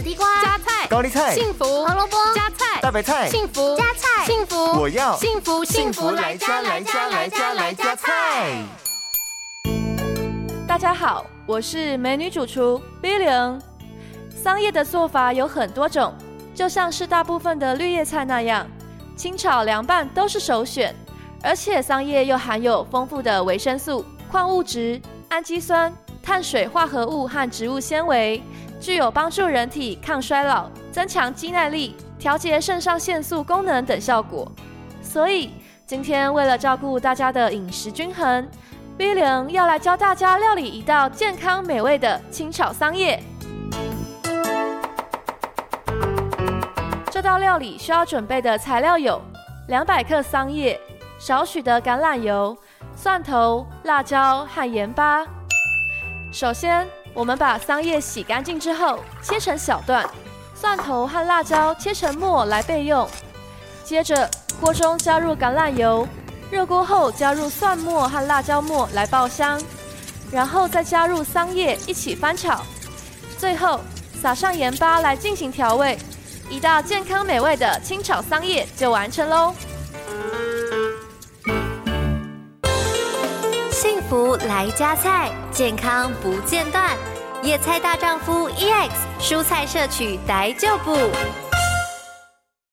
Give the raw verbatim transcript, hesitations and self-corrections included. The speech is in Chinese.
地瓜、 加菜、 高丽菜、 幸福、 胡萝卜、 加菜、 大白菜、 幸福、 加菜、 幸福， 我要幸福幸福来家来家来家来家菜。 大家好，我是美女主厨 B 零。桑叶的做法有很多种，就像是大部分的绿叶菜那样，清炒凉拌都是首选。而且桑叶又含有丰富的维生素、矿物质、氨基酸、碳水化合物和植物纤维，具有帮助人体抗衰老、增强肌耐力、调节肾上腺素功能等效果。所以今天为了照顾大家的饮食均衡， B 零要来教大家料理一道健康美味的清炒桑叶。这道料理需要准备的材料有两百克桑叶、少许的橄榄油、蒜头、辣椒和盐巴。首先，我们把桑叶洗干净之后切成小段，蒜头和辣椒切成末来备用。接着，锅中加入橄榄油，热锅后加入蒜末和辣椒末来爆香，然后再加入桑叶一起翻炒，最后撒上盐巴来进行调味，一道健康美味的清炒桑叶就完成喽。 幸福来加菜，健康不间断。野菜大丈夫 E X 蔬菜摄取逮就补。